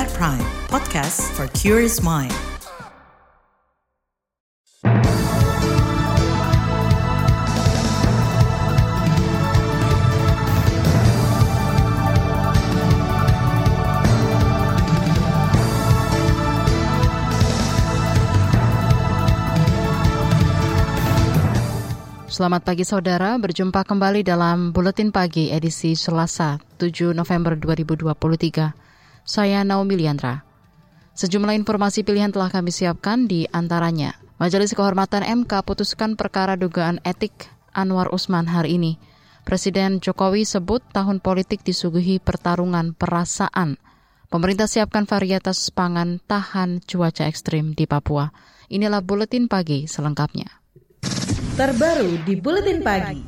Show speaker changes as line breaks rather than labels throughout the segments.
KBR Prime, podcast for curious mind.
Selamat pagi saudara, berjumpa kembali dalam Buletin Pagi edisi Selasa 7 November 2023. Saya Naomi Liandra. Sejumlah informasi pilihan telah kami siapkan, di antaranya Majelis Kehormatan MK putuskan perkara dugaan etik Anwar Usman hari ini. Presiden Jokowi sebut tahun politik disuguhi pertarungan perasaan. Pemerintah siapkan varietas pangan tahan cuaca ekstrim di Papua. Inilah Buletin Pagi selengkapnya.
Terbaru di Buletin Pagi.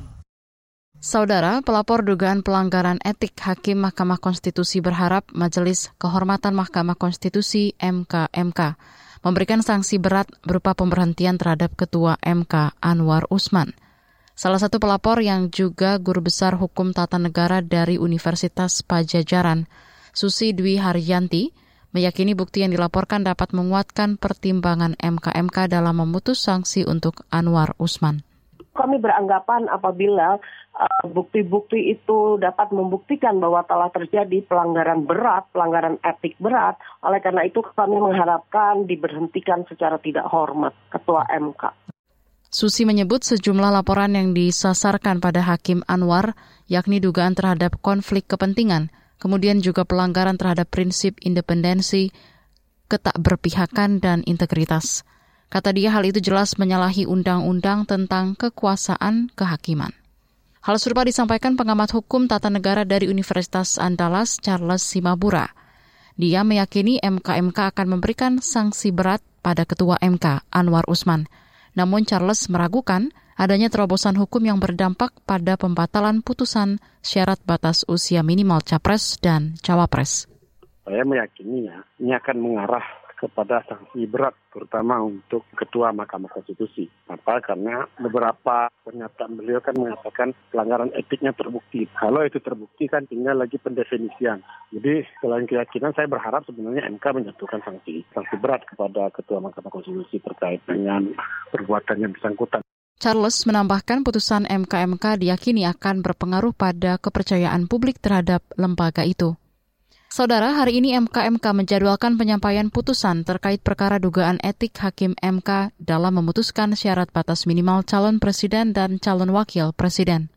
Saudara, pelapor dugaan pelanggaran etik Hakim Mahkamah Konstitusi berharap Majelis Kehormatan Mahkamah Konstitusi (MK) memberikan sanksi berat berupa pemberhentian terhadap Ketua MK Anwar Usman. Salah satu pelapor yang juga guru besar hukum tata negara dari Universitas Padjadjaran, Susi Dwi Haryanti, meyakini bukti yang dilaporkan dapat menguatkan pertimbangan MK dalam memutus sanksi untuk Anwar Usman.
Kami beranggapan apabila bukti-bukti itu dapat membuktikan bahwa telah terjadi pelanggaran berat, pelanggaran etik berat, oleh karena itu kami mengharapkan diberhentikan secara tidak hormat Ketua MK.
Susi menyebut sejumlah laporan yang disasarkan pada Hakim Anwar, yakni dugaan terhadap konflik kepentingan, kemudian juga pelanggaran terhadap prinsip independensi, ketakberpihakan, dan integritas. Kata dia, hal itu jelas menyalahi undang-undang tentang kekuasaan kehakiman. Hal serupa disampaikan pengamat hukum tata negara dari Universitas Andalas, Charles Simabura. Dia meyakini MK akan memberikan sanksi berat pada Ketua MK, Anwar Usman. Namun Charles meragukan adanya terobosan hukum yang berdampak pada pembatalan putusan syarat batas usia minimal Capres dan Cawapres.
Saya meyakini ini akan mengarah kepada sanksi berat, terutama untuk Ketua Mahkamah Konstitusi. Karena beberapa pernyataan beliau kan mengatakan pelanggaran etiknya terbukti. Kalau itu terbukti kan tinggal lagi pendefinisian. Jadi selain keyakinan, saya berharap sebenarnya MK menjatuhkan sanksi berat kepada Ketua Mahkamah Konstitusi terkait dengan perbuatan yang bersangkutan.
Charles menambahkan putusan MK diyakini akan berpengaruh pada kepercayaan publik terhadap lembaga itu. Saudara, hari ini MK menjadwalkan penyampaian putusan terkait perkara dugaan etik Hakim MK dalam memutuskan syarat batas minimal calon presiden dan calon wakil presiden.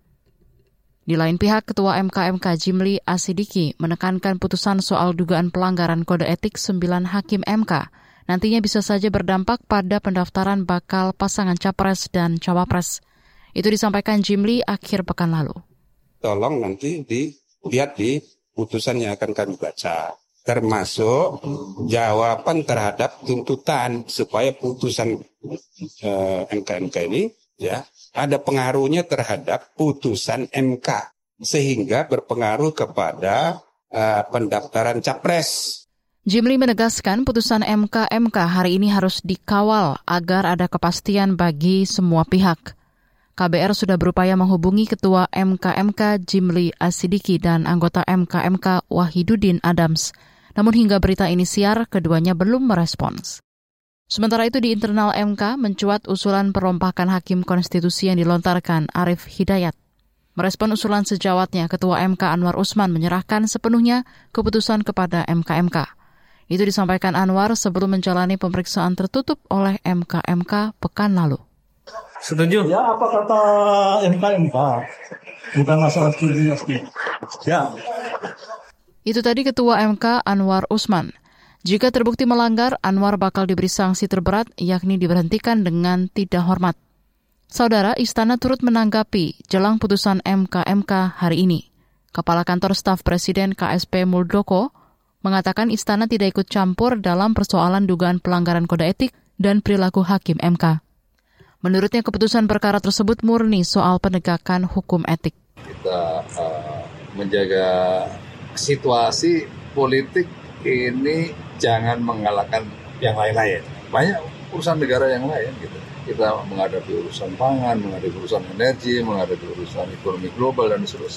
Di lain pihak, Ketua MK Jimli Asidiki menekankan putusan soal dugaan pelanggaran kode etik 9 Hakim MK nantinya bisa saja berdampak pada pendaftaran bakal pasangan Capres dan Cawapres. Itu disampaikan Jimli akhir pekan lalu.
Tolong nanti dilihat di putusan yang akan kami baca, termasuk jawaban terhadap tuntutan supaya putusan MK ini ada pengaruhnya terhadap putusan MK sehingga berpengaruh kepada pendaftaran Capres.
Jimli menegaskan putusan MK hari ini harus dikawal agar ada kepastian bagi semua pihak. KBR sudah berupaya menghubungi Ketua MK Jimli Asidiki dan anggota MK Wahidudin Adams. Namun hingga berita ini siar, keduanya belum merespons. Sementara itu di internal MK mencuat usulan perombakan Hakim Konstitusi yang dilontarkan Arief Hidayat. Merespon usulan sejawatnya, Ketua MK Anwar Usman menyerahkan sepenuhnya keputusan kepada MK. Itu disampaikan Anwar sebelum menjalani pemeriksaan tertutup oleh MK pekan lalu.
Setuju? Ya, apa kata MK? Bukan masalah setuju. Ya.
Itu tadi Ketua MK Anwar Usman. Jika terbukti melanggar, Anwar bakal diberi sanksi terberat, yakni diberhentikan dengan tidak hormat. Saudara, Istana turut menanggapi jelang putusan MK hari ini. Kepala Kantor Staf Presiden KSP Muldoko mengatakan Istana tidak ikut campur dalam persoalan dugaan pelanggaran kode etik dan perilaku Hakim MK. Menurutnya keputusan perkara tersebut murni soal penegakan hukum etik.
Kita menjaga situasi politik ini jangan mengalahkan yang lain-lain. Banyak urusan negara yang lain gitu. Kita menghadapi urusan pangan, menghadapi urusan energi, menghadapi urusan ekonomi global dan seterusnya.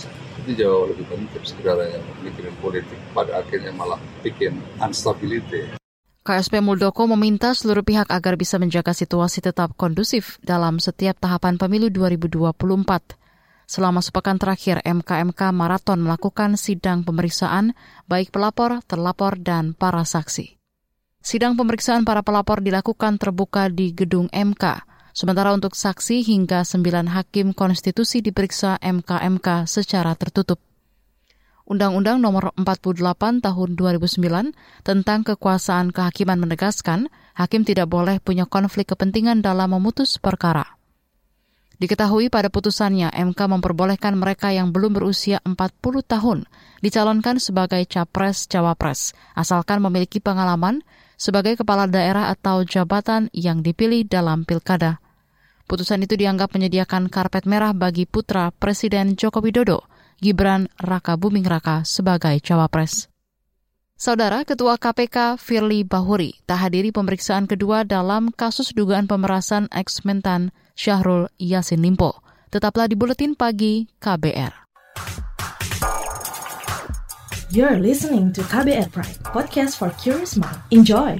itu jauh lebih penting sebenarnya mikirin politik, pada akhirnya malah bikin instability.
KSP Muldoko meminta seluruh pihak agar bisa menjaga situasi tetap kondusif dalam setiap tahapan pemilu 2024. Selama sepekan terakhir, MK Maraton melakukan sidang pemeriksaan baik pelapor, terlapor, dan para saksi. Sidang pemeriksaan para pelapor dilakukan terbuka di gedung MK, sementara untuk saksi hingga 9 hakim konstitusi diperiksa MK secara tertutup. Undang-Undang Nomor 48 Tahun 2009 tentang Kekuasaan Kehakiman menegaskan, hakim tidak boleh punya konflik kepentingan dalam memutus perkara. Diketahui pada putusannya, MK memperbolehkan mereka yang belum berusia 40 tahun dicalonkan sebagai capres-cawapres, asalkan memiliki pengalaman sebagai kepala daerah atau jabatan yang dipilih dalam pilkada. Putusan itu dianggap menyediakan karpet merah bagi putra Presiden Joko Widodo, Gibran Rakabuming Raka, sebagai cawapres. Saudara Ketua KPK Firly Bahuri tak hadiri pemeriksaan kedua dalam kasus dugaan pemerasan ex-Mentan Syahrul Yassin Limpo. Tetaplah di Buletin Pagi KBR.
You're listening to KBR Pride, podcast for curious mind. Enjoy!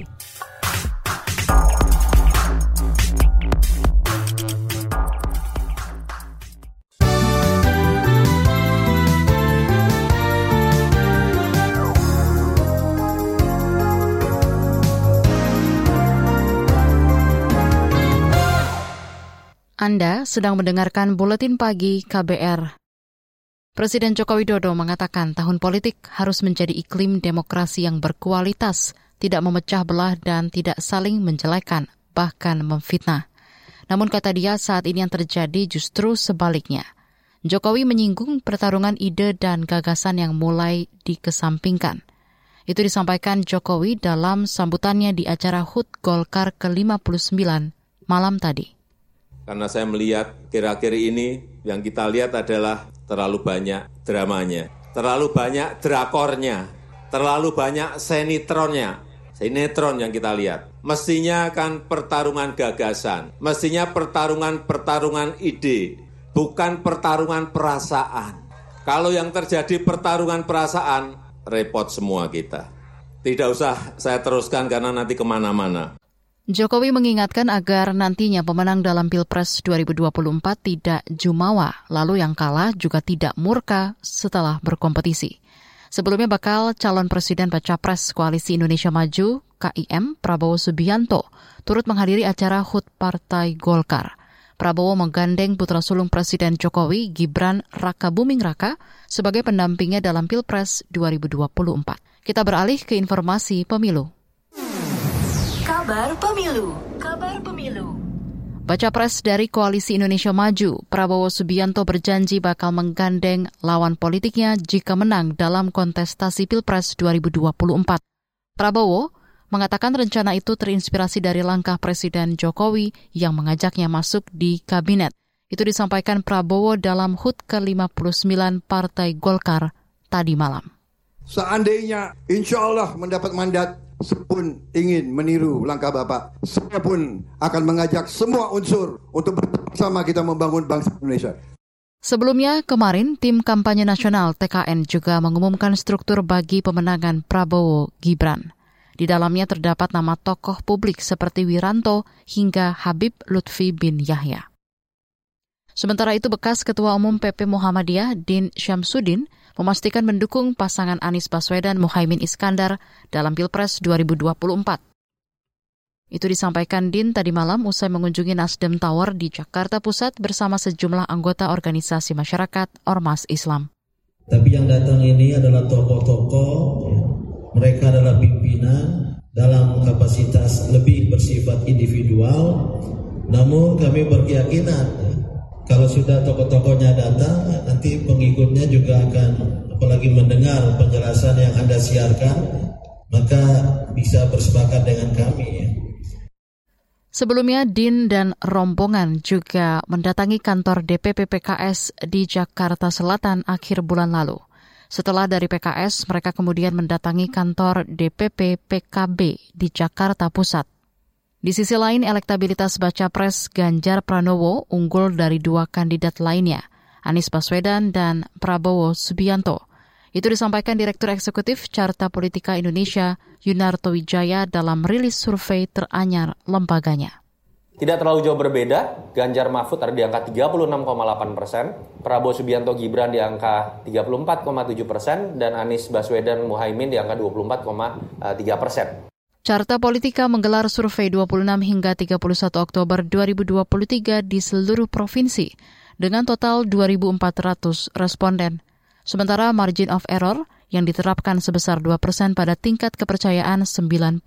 Anda sedang mendengarkan Buletin Pagi KBR. Presiden Joko Widodo mengatakan tahun politik harus menjadi iklim demokrasi yang berkualitas, tidak memecah belah dan tidak saling menjelekan, bahkan memfitnah. Namun kata dia saat ini yang terjadi justru sebaliknya. Jokowi menyinggung pertarungan ide dan gagasan yang mulai dikesampingkan. Itu disampaikan Jokowi dalam sambutannya di acara HUT Golkar ke-59 malam tadi.
Karena saya melihat kira-kira ini yang kita lihat adalah terlalu banyak dramanya, terlalu banyak drakornya, terlalu banyak sinetron yang kita lihat. Mestinya kan pertarungan gagasan, mestinya pertarungan ide, bukan pertarungan perasaan. Kalau yang terjadi pertarungan perasaan, repot semua kita. Tidak usah saya teruskan karena nanti kemana-mana.
Jokowi mengingatkan agar nantinya pemenang dalam Pilpres 2024 tidak jumawa, lalu yang kalah juga tidak murka setelah berkompetisi. Sebelumnya bakal calon presiden baca pres Koalisi Indonesia Maju, KIM, Prabowo Subianto, turut menghadiri acara HUT Partai Golkar. Prabowo menggandeng putra sulung Presiden Jokowi, Gibran Rakabuming Raka, sebagai pendampingnya dalam Pilpres 2024. Kita beralih ke informasi pemilu.
Kabar Pemilu.
Baca pres dari Koalisi Indonesia Maju, Prabowo Subianto berjanji bakal menggandeng lawan politiknya jika menang dalam kontestasi Pilpres 2024. Prabowo mengatakan rencana itu terinspirasi dari langkah Presiden Jokowi yang mengajaknya masuk di kabinet. Itu disampaikan Prabowo dalam HUT ke-59 Partai Golkar tadi malam.
Seandainya insya Allah mendapat mandat, saya pun ingin meniru langkah Bapak. Saya pun akan mengajak semua unsur untuk bersama kita membangun bangsa Indonesia.
Sebelumnya, kemarin tim kampanye nasional TKN juga mengumumkan struktur bagi pemenangan Prabowo Gibran. Di dalamnya terdapat nama tokoh publik seperti Wiranto hingga Habib Lutfi bin Yahya. Sementara itu, bekas Ketua Umum PP Muhammadiyah Din Syamsuddin memastikan mendukung pasangan Anies Baswedan Muhaimin Iskandar dalam Pilpres 2024. Itu disampaikan Din tadi malam usai mengunjungi Nasdem Tower di Jakarta Pusat bersama sejumlah anggota organisasi masyarakat Ormas Islam.
Tapi yang datang ini adalah tokoh-tokoh, mereka adalah pimpinan dalam kapasitas lebih bersifat individual, namun kami berkeyakinan kalau sudah tokoh-tokohnya datang, nanti pengikutnya juga akan, apalagi mendengar penjelasan yang Anda siarkan, maka bisa bersepakat dengan kami.
Sebelumnya, Din dan rombongan juga mendatangi kantor DPP PKS di Jakarta Selatan akhir bulan lalu. Setelah dari PKS, mereka kemudian mendatangi kantor DPP PKB di Jakarta Pusat. Di sisi lain, elektabilitas baca pres Ganjar Pranowo unggul dari dua kandidat lainnya. Anies Baswedan dan Prabowo Subianto. Itu disampaikan Direktur Eksekutif Carta Politika Indonesia, Yunarto Wijaya, dalam rilis survei teranyar lembaganya.
Tidak terlalu jauh berbeda, Ganjar Mahfud ada di angka 36,8%, Prabowo Subianto Gibran di angka 34,7%, dan Anies Baswedan Muhaimin di angka 24,3%.
Carta Politika menggelar survei 26 hingga 31 Oktober 2023 di seluruh provinsi dengan total 2.400 responden. Sementara margin of error yang diterapkan sebesar 2% pada tingkat kepercayaan 95%.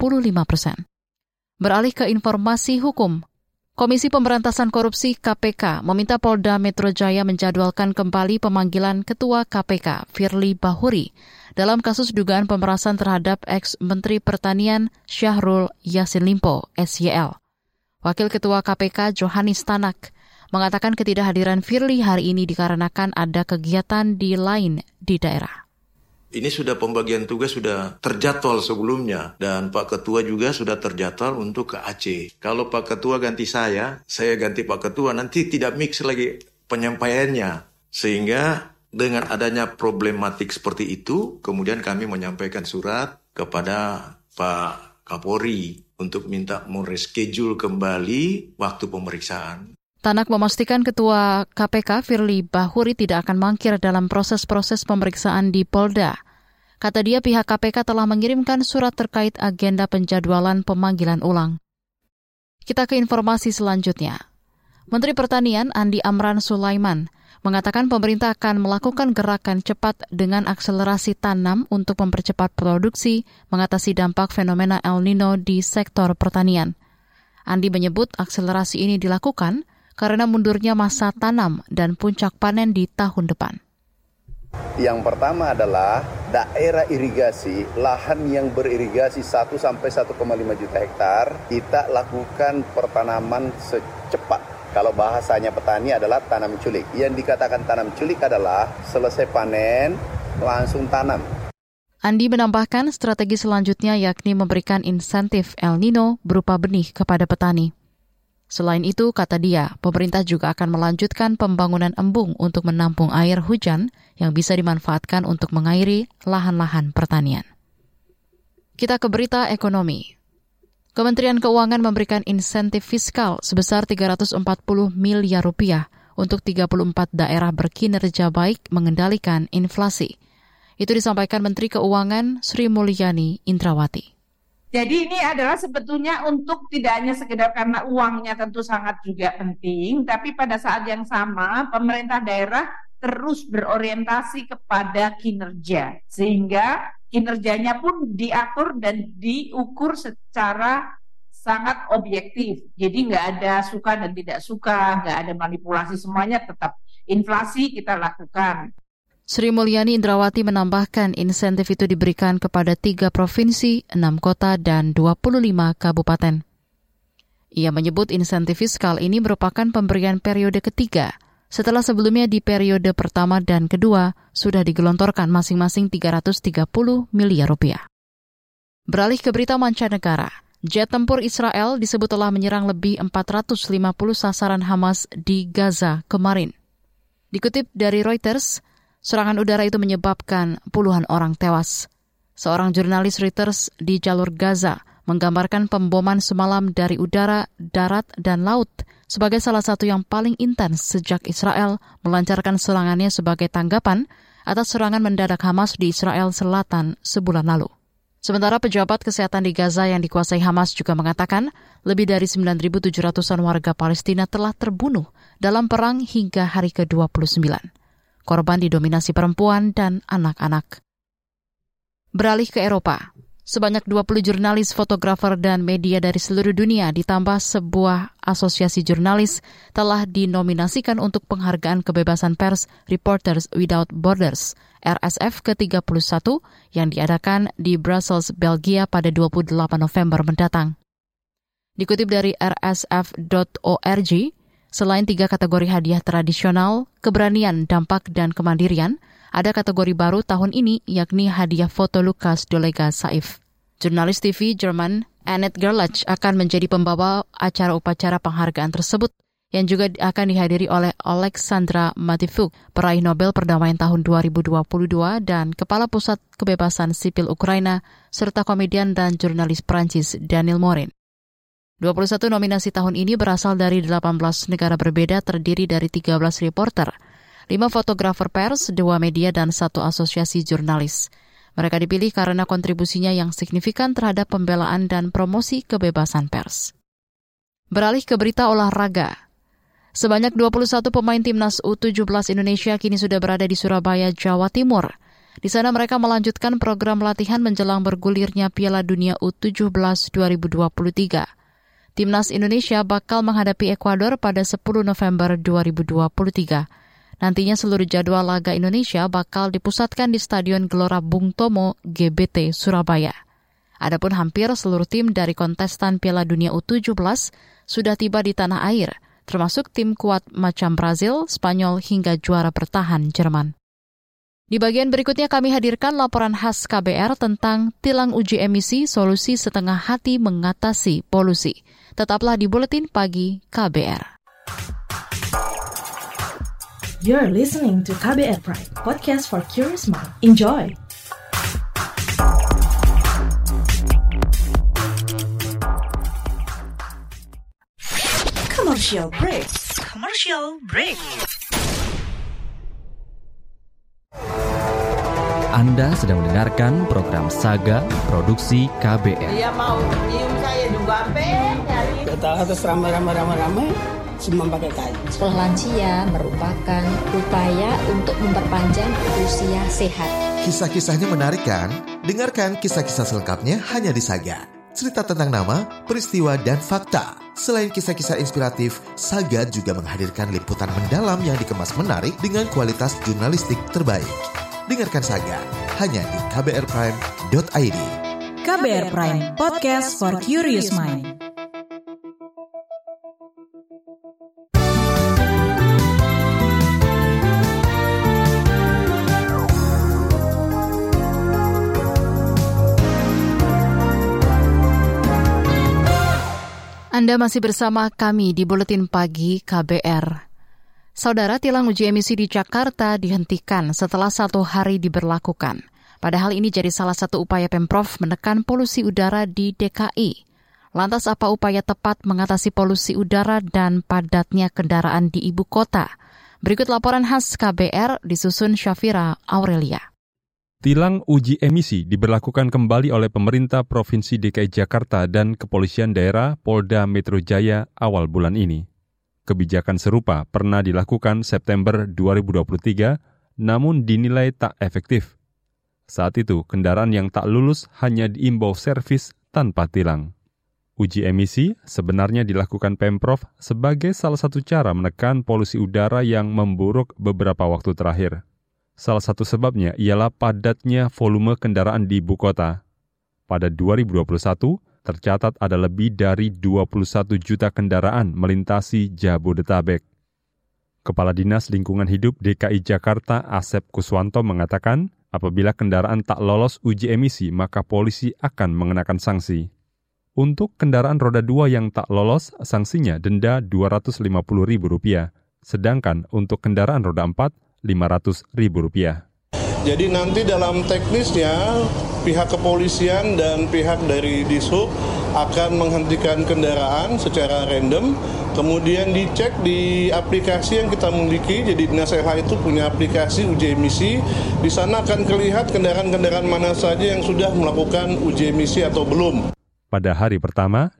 Beralih ke informasi hukum, Komisi Pemberantasan Korupsi KPK meminta Polda Metro Jaya menjadwalkan kembali pemanggilan Ketua KPK Firly Bahuri dalam kasus dugaan pemerasan terhadap ex-Menteri Pertanian Syahrul Yassin Limpo, SYL. Wakil Ketua KPK Johannes Tanak mengatakan ketidakhadiran Firly hari ini dikarenakan ada kegiatan lain di daerah.
Ini sudah pembagian tugas sudah terjadwal sebelumnya dan Pak Ketua juga sudah terjadwal untuk ke Aceh. Kalau Pak Ketua ganti saya ganti Pak Ketua, nanti tidak mix lagi penyampaiannya. Sehingga dengan adanya problematik seperti itu, kemudian kami menyampaikan surat kepada Pak Kapolri untuk minta mereschedule kembali waktu pemeriksaan.
Tanak memastikan Ketua KPK Firly Bahuri tidak akan mangkir dalam proses-proses pemeriksaan di Polda. Kata dia, pihak KPK telah mengirimkan surat terkait agenda penjadwalan pemanggilan ulang. Kita ke informasi selanjutnya. Menteri Pertanian Andi Amran Sulaiman mengatakan pemerintah akan melakukan gerakan cepat dengan akselerasi tanam untuk mempercepat produksi mengatasi dampak fenomena El Nino di sektor pertanian. Andi menyebut akselerasi ini dilakukan karena mundurnya masa tanam dan puncak panen di tahun depan.
Yang pertama adalah daerah irigasi, lahan yang beririgasi 1 sampai 1,5 juta hektar, kita lakukan pertanaman secepat. Kalau bahasanya petani adalah tanam culik. Yang dikatakan tanam culik adalah selesai panen, langsung tanam.
Andi menambahkan strategi selanjutnya yakni memberikan insentif El Nino berupa benih kepada petani. Selain itu, kata dia, pemerintah juga akan melanjutkan pembangunan embung untuk menampung air hujan yang bisa dimanfaatkan untuk mengairi lahan-lahan pertanian. Kita ke berita ekonomi. Kementerian Keuangan memberikan insentif fiskal sebesar 340 miliar rupiah untuk 34 daerah berkinerja baik mengendalikan inflasi. Itu disampaikan Menteri Keuangan Sri Mulyani Indrawati.
Jadi ini adalah sebetulnya untuk tidak hanya sekedar karena uangnya tentu sangat juga penting, tapi pada saat yang sama pemerintah daerah terus berorientasi kepada kinerja. Sehingga kinerjanya pun diatur dan diukur secara sangat objektif. Jadi nggak ada suka dan tidak suka, nggak ada manipulasi, semuanya tetap inflasi kita lakukan.
Sri Mulyani Indrawati menambahkan insentif itu diberikan kepada 3 provinsi, 6 kota, dan 25 kabupaten. Ia menyebut insentif fiskal ini merupakan pemberian periode ketiga, setelah sebelumnya di periode pertama dan kedua sudah digelontorkan masing-masing 330 miliar rupiah. Beralih ke berita mancanegara, jet tempur Israel disebut telah menyerang lebih 450 sasaran Hamas di Gaza kemarin. Dikutip dari Reuters, serangan udara itu menyebabkan puluhan orang tewas. Seorang jurnalis Reuters di jalur Gaza menggambarkan pemboman semalam dari udara, darat, dan laut sebagai salah satu yang paling intens sejak Israel melancarkan serangannya sebagai tanggapan atas serangan mendadak Hamas di Israel Selatan sebulan lalu. Sementara pejabat kesehatan di Gaza yang dikuasai Hamas juga mengatakan lebih dari 9.700-an warga Palestina telah terbunuh dalam perang hingga hari ke-29. Korban didominasi perempuan dan anak-anak. Beralih ke Eropa, sebanyak 20 jurnalis, fotografer, dan media dari seluruh dunia ditambah sebuah asosiasi jurnalis telah dinominasikan untuk penghargaan kebebasan pers Reporters Without Borders, RSF ke-31 yang diadakan di Brussels, Belgia pada 28 November mendatang. Dikutip dari rsf.org, selain 3 kategori hadiah tradisional, keberanian, dampak, dan kemandirian, ada kategori baru tahun ini yakni hadiah foto Lukas Dolega Saif. Jurnalis TV Jerman Annette Gerlach akan menjadi pembawa acara upacara penghargaan tersebut yang juga akan dihadiri oleh Alexandra Matviiuk, peraih Nobel Perdamaian tahun 2022 dan Kepala Pusat Kebebasan Sipil Ukraina, serta komedian dan jurnalis Prancis Daniel Morin. 21 nominasi tahun ini berasal dari 18 negara berbeda, terdiri dari 13 reporter, 5 fotografer pers, 2 media, dan 1 asosiasi jurnalis. Mereka dipilih karena kontribusinya yang signifikan terhadap pembelaan dan promosi kebebasan pers. Beralih ke berita olahraga. Sebanyak 21 pemain timnas U17 Indonesia kini sudah berada di Surabaya, Jawa Timur. Di sana mereka melanjutkan program latihan menjelang bergulirnya Piala Dunia U17 2023. Timnas Indonesia bakal menghadapi Ekuador pada 10 November 2023. Nantinya seluruh jadwal laga Indonesia bakal dipusatkan di Stadion Gelora Bung Tomo, GBT, Surabaya. Adapun hampir seluruh tim dari kontestan Piala Dunia U17 sudah tiba di tanah air, termasuk tim kuat macam Brazil, Spanyol, hingga juara bertahan Jerman. Di bagian berikutnya kami hadirkan laporan khas KBR tentang tilang uji emisi, solusi setengah hati mengatasi polusi. Tetaplah di Buletin Pagi KBR.
You're listening to KBR Pride, podcast for curious mind. Enjoy!
Commercial break. Commercial break.
Anda sedang mendengarkan program Saga Produksi KBR.
Dia mau cium saya juga nyari. Kita harus ramai, semua pakai kain.
Sekolah lansia merupakan upaya untuk memperpanjang usia sehat.
Kisah-kisahnya menarik kan? Dengarkan kisah-kisah selengkapnya hanya di Saga. Cerita tentang nama, peristiwa, dan fakta. Selain kisah-kisah inspiratif, Saga juga menghadirkan liputan mendalam yang dikemas menarik dengan kualitas jurnalistik terbaik. Dengarkan Saga hanya di kbrprime.id.
KBR Prime, podcast for curious mind.
Anda masih bersama kami di Buletin Pagi KBR. Saudara, tilang uji emisi di Jakarta dihentikan setelah 1 hari diberlakukan. Padahal ini jadi salah satu upaya Pemprov menekan polusi udara di DKI. Lantas apa upaya tepat mengatasi polusi udara dan padatnya kendaraan di ibu kota? Berikut laporan khas KBR disusun Syafira Aurelia.
Tilang uji emisi diberlakukan kembali oleh pemerintah Provinsi DKI Jakarta dan Kepolisian Daerah Polda Metro Jaya awal bulan ini. Kebijakan serupa pernah dilakukan September 2023, namun dinilai tak efektif. Saat itu, kendaraan yang tak lulus hanya diimbau servis tanpa tilang. Uji emisi sebenarnya dilakukan Pemprov sebagai salah satu cara menekan polusi udara yang memburuk beberapa waktu terakhir. Salah satu sebabnya ialah padatnya volume kendaraan di ibu kota. Pada 2021, tercatat ada lebih dari 21 juta kendaraan melintasi Jabodetabek. Kepala Dinas Lingkungan Hidup DKI Jakarta Asep Kuswanto mengatakan, apabila kendaraan tak lolos uji emisi, maka polisi akan mengenakan sanksi. Untuk kendaraan roda 2 yang tak lolos, sanksinya denda Rp250.000. Sedangkan untuk kendaraan roda 4, Rp500.000.
Jadi nanti dalam teknisnya pihak kepolisian dan pihak dari Dishub akan menghentikan kendaraan secara random, kemudian dicek di aplikasi yang kita miliki. Jadi Dinas LH itu punya aplikasi uji emisi. Di sana akan terlihat kendaraan-kendaraan mana saja yang sudah melakukan uji emisi atau belum.
Pada hari pertama,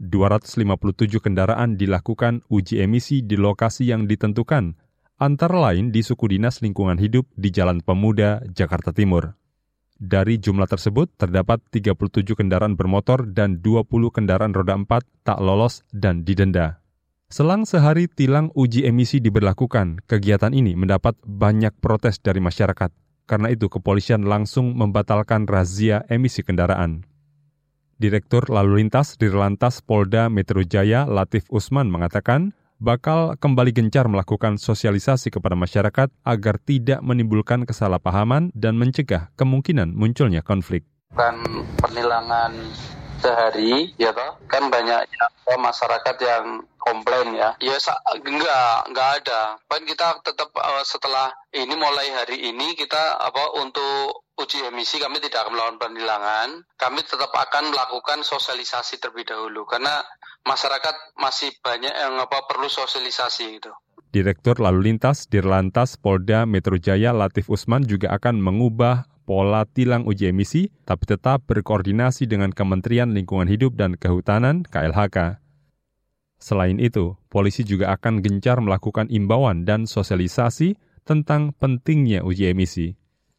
257 kendaraan dilakukan uji emisi di lokasi yang ditentukan, antara lain di Suku Dinas Lingkungan Hidup di Jalan Pemuda, Jakarta Timur. Dari jumlah tersebut, terdapat 37 kendaraan bermotor dan 20 kendaraan roda 4 tak lolos dan didenda. Selang sehari tilang uji emisi diberlakukan, kegiatan ini mendapat banyak protes dari masyarakat. Karena itu, kepolisian langsung membatalkan razia emisi kendaraan. Direktur Lalu Lintas Dirlantas Polda Metro Jaya Latif Usman mengatakan, bakal kembali gencar melakukan sosialisasi kepada masyarakat agar tidak menimbulkan kesalahpahaman dan mencegah kemungkinan munculnya konflik.
Bukan penilangan
sehari, ya toh, kan banyak masyarakat yang komplain ya. Ya enggak ada. Kan kita tetap setelah ini mulai hari ini kita untuk uji emisi kami tidak akan melakukan penilangan. Kami tetap akan melakukan sosialisasi terlebih dahulu karena masyarakat masih banyak yang perlu sosialisasi gitu.
Direktur Lalu Lintas Dirlantas Polda Metro Jaya Latif Usman juga akan mengubah pola tilang uji emisi, tapi tetap berkoordinasi dengan Kementerian Lingkungan Hidup dan Kehutanan (KLHK). Selain itu, polisi juga akan gencar melakukan imbauan dan sosialisasi tentang pentingnya uji emisi.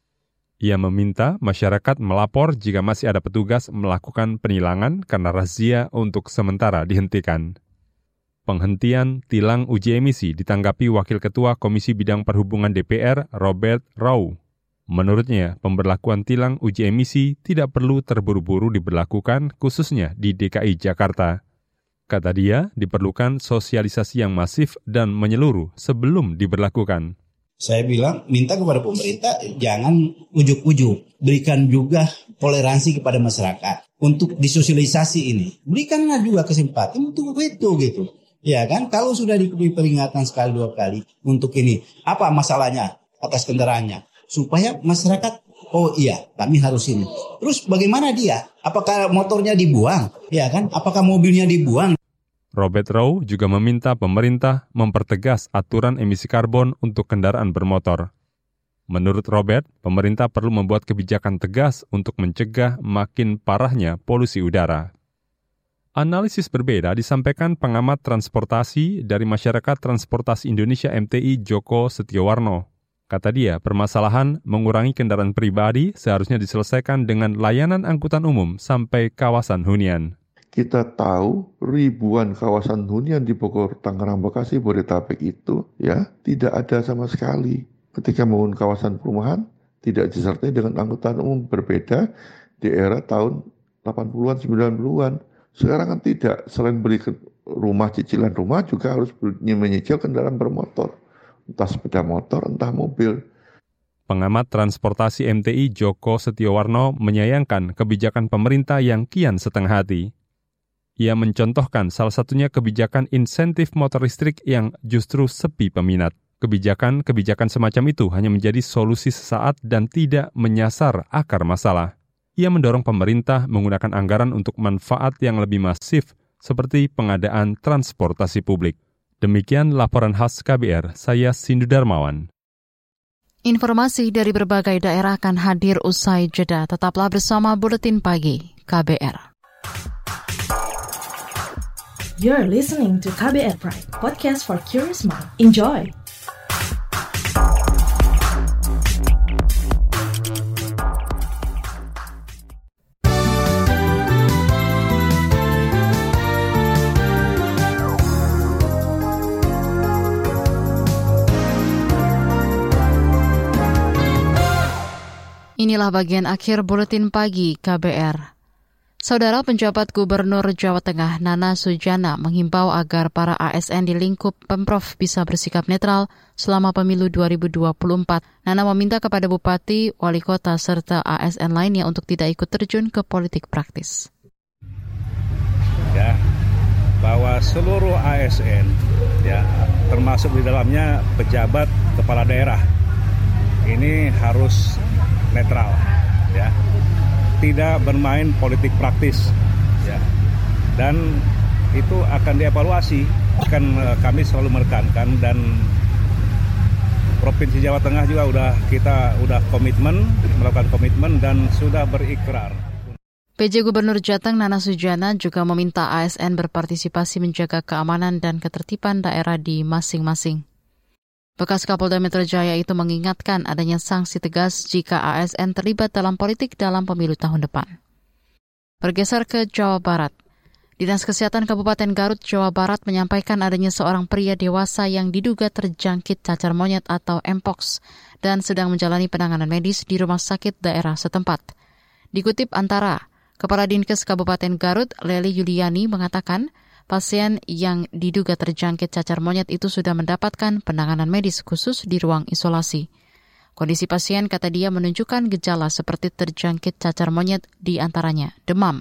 Ia meminta masyarakat melapor jika masih ada petugas melakukan penilangan karena razia untuk sementara dihentikan. Penghentian tilang uji emisi ditanggapi Wakil Ketua Komisi Bidang Perhubungan DPR, Robert Rau. Menurutnya, pemberlakuan tilang uji emisi tidak perlu terburu-buru diberlakukan, khususnya di DKI Jakarta. Kata dia, diperlukan sosialisasi yang masif dan menyeluruh sebelum diberlakukan.
Saya bilang, minta kepada pemerintah, jangan ujuk-ujuk. Berikan juga toleransi kepada masyarakat untuk disosialisasi ini. Berikanlah juga kesempatan untuk itu gitu. Ya kan, kalau sudah diberi peringatan sekali dua kali untuk ini, apa masalahnya atas kendaraannya? Supaya masyarakat, oh iya, kami harus ini. Terus bagaimana dia? Apakah motornya dibuang? Ya kan, apakah mobilnya dibuang?
Robert Rau juga meminta pemerintah mempertegas aturan emisi karbon untuk kendaraan bermotor. Menurut Robert, pemerintah perlu membuat kebijakan tegas untuk mencegah makin parahnya polusi udara. Analisis berbeda disampaikan pengamat transportasi dari Masyarakat Transportasi Indonesia MTI Joko Setiowarno. Kata dia, permasalahan mengurangi kendaraan pribadi seharusnya diselesaikan dengan layanan angkutan umum sampai kawasan hunian.
Kita tahu ribuan kawasan hunian di Bogor, Tangerang, Bekasi, Bodetabek itu ya tidak ada sama sekali. Ketika membangun kawasan perumahan tidak disertai dengan angkutan umum, berbeda di era tahun 80-an, 90-an. Sekarang kan tidak, selain beli rumah, cicilan rumah juga harus menyicil kendaraan bermotor. Entah sepeda motor, entah mobil.
Pengamat transportasi MTI Joko Setiowarno menyayangkan kebijakan pemerintah yang kian setengah hati. Ia mencontohkan salah satunya kebijakan insentif motor listrik yang justru sepi peminat. Kebijakan semacam itu hanya menjadi solusi sesaat dan tidak menyasar akar masalah. Ia mendorong pemerintah menggunakan anggaran untuk manfaat yang lebih masif seperti pengadaan transportasi publik. Demikian laporan khas KBR, saya Sindu Darmawan.
Informasi dari berbagai daerah akan hadir usai jeda. Tetaplah bersama Buletin Pagi KBR.
You're listening to KBR Pride, podcast for curious mind. Enjoy!
Inilah bagian akhir Buletin Pagi KBR. Saudara penjabat Gubernur Jawa Tengah Nana Sujana menghimbau agar para ASN di lingkup Pemprov bisa bersikap netral selama pemilu 2024. Nana meminta kepada Bupati, Wali Kota, serta ASN lainnya untuk tidak ikut terjun ke politik praktis.
Ya, bahwa seluruh ASN, ya, termasuk di dalamnya pejabat kepala daerah, ini harus netral, ya, tidak bermain politik praktis, ya, dan itu akan dievaluasi. Kan kami selalu menekankan dan Provinsi Jawa Tengah juga kita komitmen, melakukan komitmen dan sudah berikrar.
PJ Gubernur Jateng Nana Sujana juga meminta ASN berpartisipasi menjaga keamanan dan ketertiban daerah di masing-masing. Bekas Kapolda Metro Jaya itu mengingatkan adanya sanksi tegas jika ASN terlibat dalam politik dalam pemilu tahun depan. Bergeser ke Jawa Barat. Dinas Kesehatan Kabupaten Garut, Jawa Barat menyampaikan adanya seorang pria dewasa yang diduga terjangkit cacar monyet atau Mpox dan sedang menjalani penanganan medis di rumah sakit daerah setempat. Dikutip Antara, Kepala Dinkes Kabupaten Garut, Leli Yuliani mengatakan, pasien yang diduga terjangkit cacar monyet itu sudah mendapatkan penanganan medis khusus di ruang isolasi. Kondisi pasien, kata dia, menunjukkan gejala seperti terjangkit cacar monyet, di antaranya demam,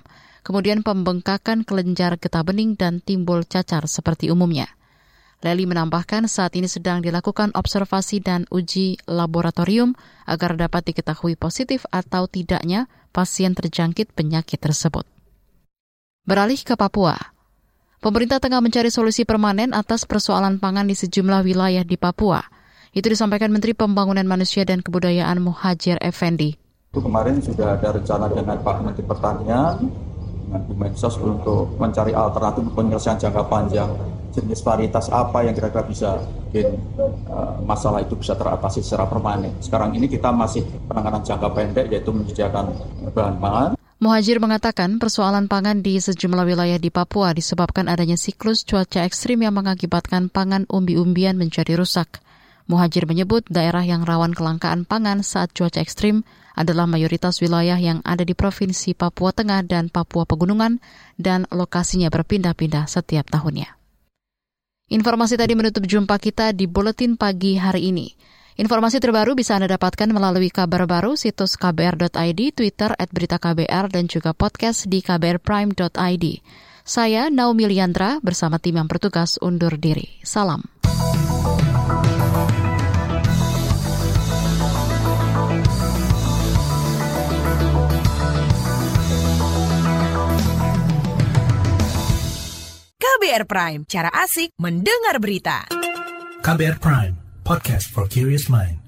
kemudian pembengkakan kelenjar getah bening dan timbul cacar seperti umumnya. Lely menambahkan saat ini sedang dilakukan observasi dan uji laboratorium agar dapat diketahui positif atau tidaknya pasien terjangkit penyakit tersebut. Beralih ke Papua. Pemerintah tengah mencari solusi permanen atas persoalan pangan di sejumlah wilayah di Papua. Itu disampaikan Menteri Pembangunan Manusia dan Kebudayaan Muhadjir Effendi.
Kemarin sudah ada rencana dengan Pak Menteri Pertanian, dengan Bu Mensos untuk mencari alternatif penyelesaian jangka panjang. Jenis varietas apa yang kira-kira bisa bikin masalah itu bisa teratasi secara permanen. Sekarang ini kita masih penanganan jangka pendek, yaitu menyediakan bahan-bahan.
Muhadjir mengatakan persoalan pangan di sejumlah wilayah di Papua disebabkan adanya siklus cuaca ekstrim yang mengakibatkan pangan umbi-umbian menjadi rusak. Muhadjir menyebut daerah yang rawan kelangkaan pangan saat cuaca ekstrim adalah mayoritas wilayah yang ada di Provinsi Papua Tengah dan Papua Pegunungan dan lokasinya berpindah-pindah setiap tahunnya. Informasi tadi menutup jumpa kita di Buletin Pagi hari ini. Informasi terbaru bisa Anda dapatkan melalui kabar baru situs kbr.id, Twitter @beritaKBR, dan juga podcast di kbrprime.id. Saya Naomi Liandra bersama tim yang bertugas undur diri. Salam.
KBR Prime, cara asik mendengar berita.
KBR Prime, podcast for curious mind.